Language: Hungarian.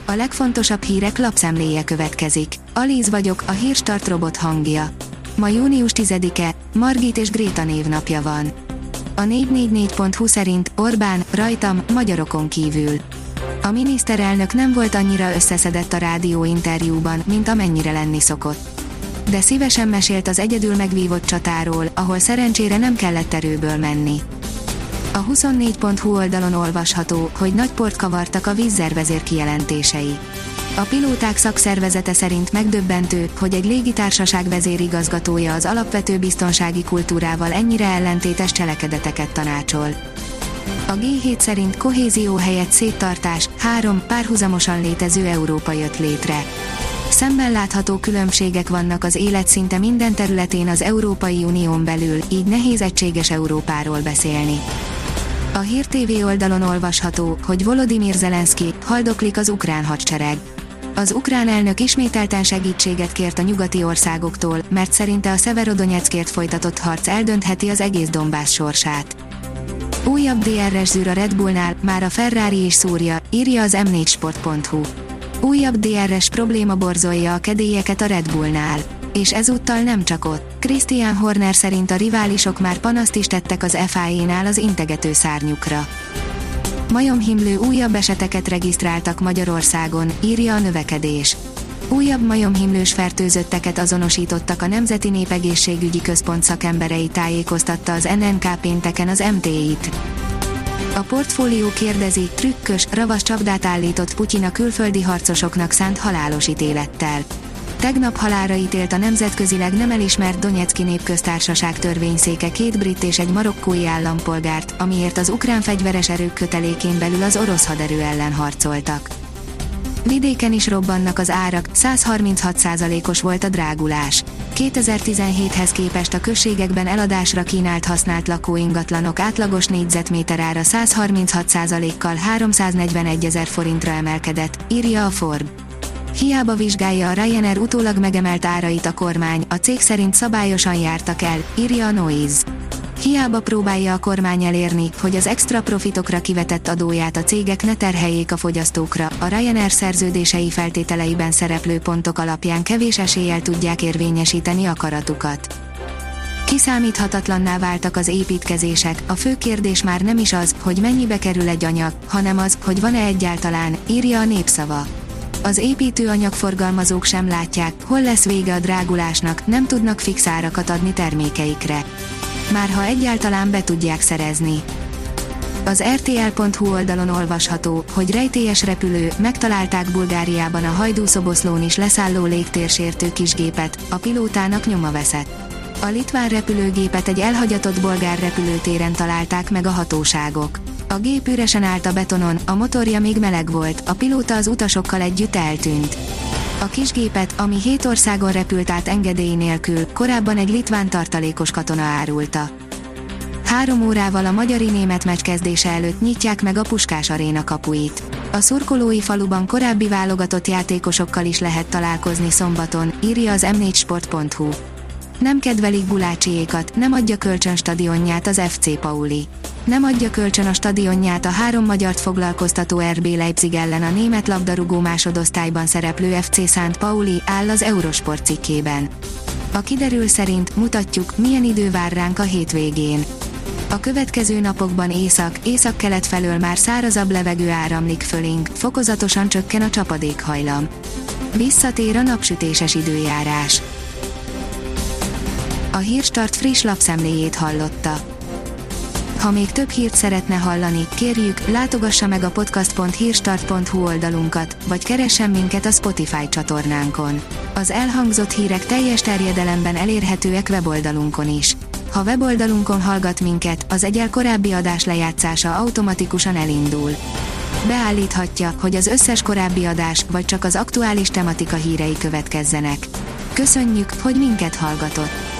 A legfontosabb hírek lapszemléje következik. Alíz vagyok, a Hírstart robot hangja. Ma június 10-e, Margit és Gréta névnapja van. A 444.hu szerint Orbán, rajtam, magyarokon kívül. A miniszterelnök nem volt annyira összeszedett a rádióinterjúban, mint amennyire lenni szokott. De szívesen mesélt az egyedül megvívott csatáról, ahol szerencsére nem kellett erőből menni. A 24.hu oldalon olvasható, hogy nagy port kavartak a Wizz vezér kijelentései. A pilóták szakszervezete szerint megdöbbentő, hogy egy légitársaság vezérigazgatója az alapvető biztonsági kultúrával ennyire ellentétes cselekedeteket tanácsol. A G7 szerint kohézió helyett széttartás, 3 párhuzamosan létező Európa jött létre. Szemmel látható különbségek vannak az élet szinte minden területén az Európai Unión belül, így nehéz egységes Európáról beszélni. A Hír TV oldalon olvasható, hogy Volodymyr Zelenszky, haldoklik az ukrán hadsereg. Az ukrán elnök ismételten segítséget kért a nyugati országoktól, mert szerinte a Szeverodonyeckért folytatott harc eldöntheti az egész Donbass sorsát. Újabb DRS zűr a Red Bullnál, már a Ferrari is szúrja, írja az m4sport.hu. Újabb DRS probléma borzolja a kedélyeket a Red Bullnál. És ezúttal nem csak ott. Christian Horner szerint a riválisok már panaszt is tettek az FIA-nál az integető szárnyukra. Majomhimlő újabb eseteket regisztráltak Magyarországon, írja a Növekedés. Újabb majomhimlős fertőzötteket azonosítottak a Nemzeti Népegészségügyi Központ szakemberei, tájékoztatta az NNK pénteken az MTI-t. A Portfólió kérdezi, trükkös, ravasz csapdát állított Putyin a külföldi harcosoknak szánt halálos ítélettel. Tegnap halálra ítélt a nemzetközileg nem elismert Donyecky Népköztársaság törvényszéke 2 brit és egy marokkói állampolgárt, amiért az ukrán fegyveres erők kötelékén belül az orosz haderő ellen harcoltak. Vidéken is robbannak az árak, 136%-os volt a drágulás. 2017-hez képest a községekben eladásra kínált használt lakóingatlanok átlagos négyzetméterára 136%-kal 341 000 forintra emelkedett, írja a Forbes. Hiába vizsgálja a Ryanair utólag megemelt árait a kormány, a cég szerint szabályosan jártak el, írja a Noise. Hiába próbálja a kormány elérni, hogy az extra profitokra kivetett adóját a cégek ne terheljék a fogyasztókra, a Ryanair szerződései feltételeiben szereplő pontok alapján kevés eséllyel tudják érvényesíteni akaratukat. Kiszámíthatatlanná váltak az építkezések, a fő kérdés már nem is az, hogy mennyibe kerül egy anyag, hanem az, hogy van-e egyáltalán, írja a Népszava. Az építőanyagforgalmazók sem látják, hol lesz vége a drágulásnak, nem tudnak fix árakat adni termékeikre. Már ha egyáltalán be tudják szerezni. Az RTL.hu oldalon olvasható, hogy rejtélyes repülő, megtalálták Bulgáriában a Hajdú-Szoboszlón is leszálló légtérsértő kisgépet, a pilótának nyoma veszett. A litván repülőgépet egy elhagyatott bolgár repülőtéren találták meg a hatóságok. A gép üresen állt a betonon, a motorja még meleg volt, a pilóta az utasokkal együtt eltűnt. A kisgépet, ami 7 országon repült át engedély nélkül, korábban egy litván tartalékos katona árulta. 3 órával a magyari-német meccs kezdése előtt nyitják meg a Puskás Aréna kapuit. A szurkolói faluban korábbi válogatott játékosokkal is lehet találkozni szombaton, írja az m4sport.hu. Nem kedvelik Gulácsiékat, nem adja kölcsön stadionját az FC Pauli. Nem adja kölcsön a stadionját a 3 magyart foglalkoztató RB Leipzig ellen a német labdarúgó másodosztályban szereplő FC St. Pauli, áll az Eurosport cikkében. A kiderül szerint mutatjuk, milyen idő vár ránk a hétvégén. A következő napokban észak-kelet felől már szárazabb levegő áramlik fölénk, fokozatosan csökken a csapadékhajlam. Visszatér a napsütéses időjárás. A Hírstart friss lapszemléjét hallotta. Ha még több hírt szeretne hallani, kérjük, látogassa meg a podcast.hírstart.hu oldalunkat, vagy keressen minket a Spotify csatornánkon. Az elhangzott hírek teljes terjedelemben elérhetőek weboldalunkon is. Ha weboldalunkon hallgat minket, az egyel korábbi adás lejátszása automatikusan elindul. Beállíthatja, hogy az összes korábbi adás, vagy csak az aktuális tematika hírei következzenek. Köszönjük, hogy minket hallgatott!